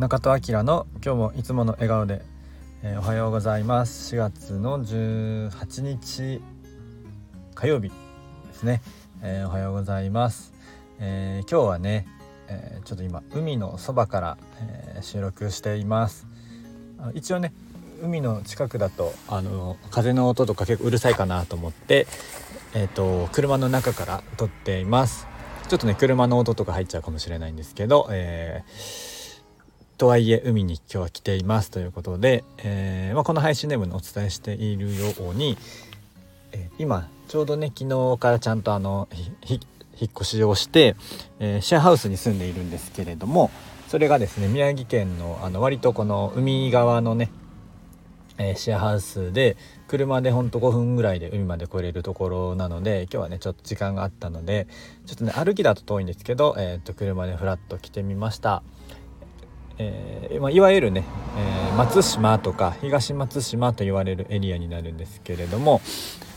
中戸明の今日もいつもの笑顔で、おはようございます。4月の18日火曜日ですね、おはようございます。今日はね、ちょっと今海のそばから、収録しています。一応ね海の近くだと風の音とか結構うるさいかなと思って、車の中から撮っています。ちょっとね車の音とか入っちゃうかもしれないんですけど、とはいえ海に今日は来ていますということで、この配信でもお伝えしているように、今ちょうどね昨日からちゃんと引っ越しをして、シェアハウスに住んでいるんですけれども、それがですね宮城県の割とこの海側のね、シェアハウスで車でほんと5分ぐらいで海まで来れるところなので、今日はねちょっと時間があったのでちょっとね歩きだと遠いんですけど、車でフラッと来てみました。いわゆるね、松島とか東松島と言われるエリアになるんですけれども、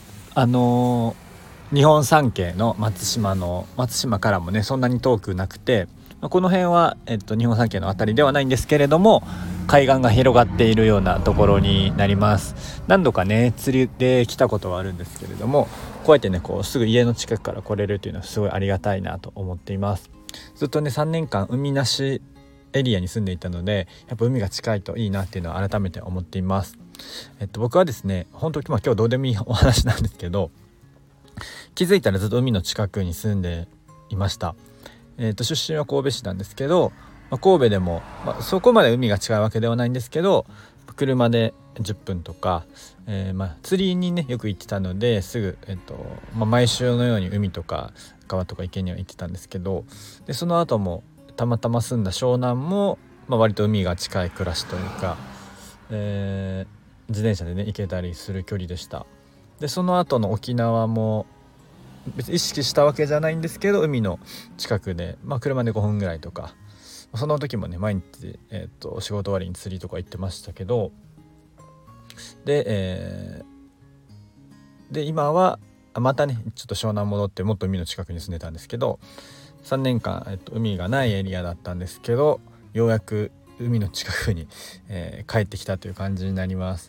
日本三景の松島からもねそんなに遠くなくて、この辺は、日本三景のあたりではないんですけれども、海岸が広がっているようなところになります。何度かね釣りで来たことはあるんですけれども、こうやってねこうすぐ家の近くから来れるというのはすごいありがたいなと思っています。ずっとね3年間海なしエリアに住んでいたので、やっぱ海が近いといいなっていうのは改めて思っています。僕はですね本当今日どうでもいいお話なんですけど、気づいたらずっと海の近くに住んでいました。出身は神戸市なんですけど、神戸でも、そこまで海が近いわけではないんですけど、車で10分とか、釣りにねよく行ってたのですぐ、毎週のように海とか川とか池には行ってたんですけど、でその後もたまたま住んだ湘南も、割と海が近い暮らしというか、自転車でね行けたりする距離でした。でその後の沖縄も別に意識したわけじゃないんですけど、海の近くで、車で5分ぐらいとか、その時もね毎日、仕事終わりに釣りとか行ってましたけど、で、今はまたねちょっと湘南戻ってもっと海の近くに住んでたんですけど、3年間、海がないエリアだったんですけど、ようやく海の近くに、帰ってきたという感じになります。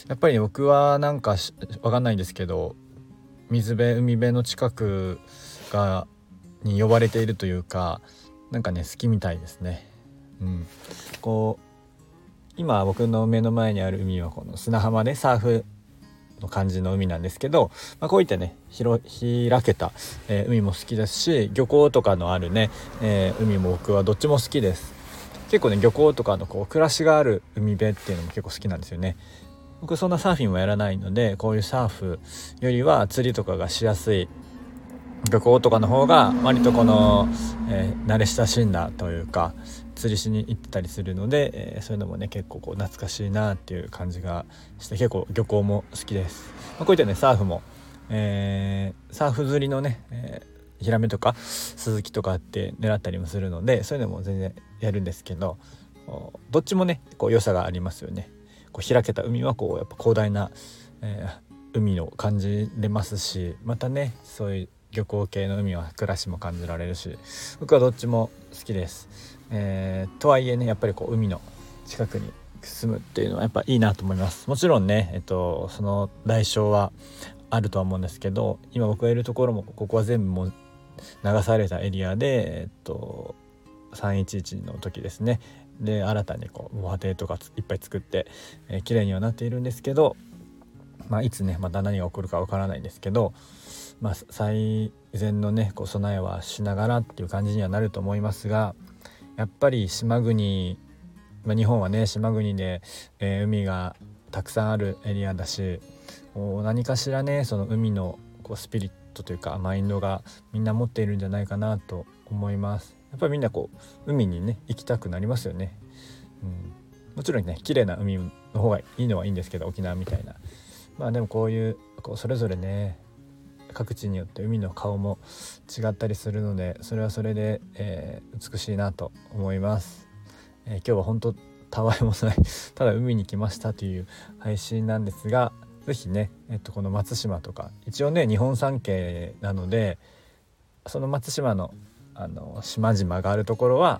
やっぱり、僕はなんかわかんないんですけど、海辺の近くに呼ばれているというか、なんかね好きみたいですね。こう今僕の目の前にある海はこの砂浜でサーフの感じの海なんですけど、こういったね開けた、海も好きですし、漁港とかのあるね、海も僕はどっちも好きです。結構ね漁港とかのこう暮らしがある海辺っていうのも結構好きなんですよね。僕そんなサーフィンもやらないので、こういうサーフよりは釣りとかがしやすい漁港とかの方が割とこの、慣れ親しんだというか釣りしに行ってたりするので、そういうのもね結構こう懐かしいなっていう感じがして、結構漁港も好きです。こういったねサーフも、サーフ釣りのね、ヒラメとかスズキとかって狙ったりもするので、そういうのも全然やるんですけど、どっちもねこう良さがありますよね。こう開けた海はこうやっぱ広大な、海の感じれますし、またねそういう漁港系の海は暮らしも感じられるし、僕はどっちも好きです。とはいえねやっぱりこう海の近くに住むっていうのはやっぱいいなと思います。もちろんね、その代償はあるとは思うんですけど、今僕がいるところもここは全部もう流されたエリアで、311の時ですね、で新たにこう防波堤とかいっぱい作って、綺麗にはなっているんですけど、いつねまた何が起こるかわからないんですけど、最善のねこう備えはしながらっていう感じにはなると思いますが、やっぱり島国、日本はね島国で、海がたくさんあるエリアだし、何かしらねその海のこうスピリットというかマインドがみんな持っているんじゃないかなと思います。やっぱりみんなこう海にね行きたくなりますよね。もちろんね綺麗な海の方がいいのはいいんですけど、沖縄みたいな、でもこうそれぞれね各地によって海の顔も違ったりするので、それはそれで、美しいなと思います。今日は本当たわいもないただ海に来ましたという配信なんですが、ぜひね、この松島とか一応ね日本三景なので、その松島の島々があるところは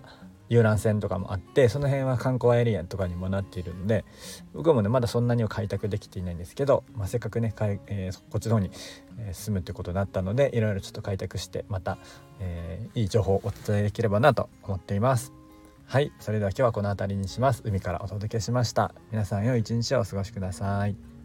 遊覧船とかもあって、その辺は観光エリアとかにもなっているので、僕もねまだそんなには開拓できていないんですけど、せっかくねこっちの方に住むってことになったので、いろいろちょっと開拓してまた、いい情報をお伝えできればなと思っています。はい、それでは今日はこの辺りにします。海からお届けしました。皆さん良い一日をお過ごしください。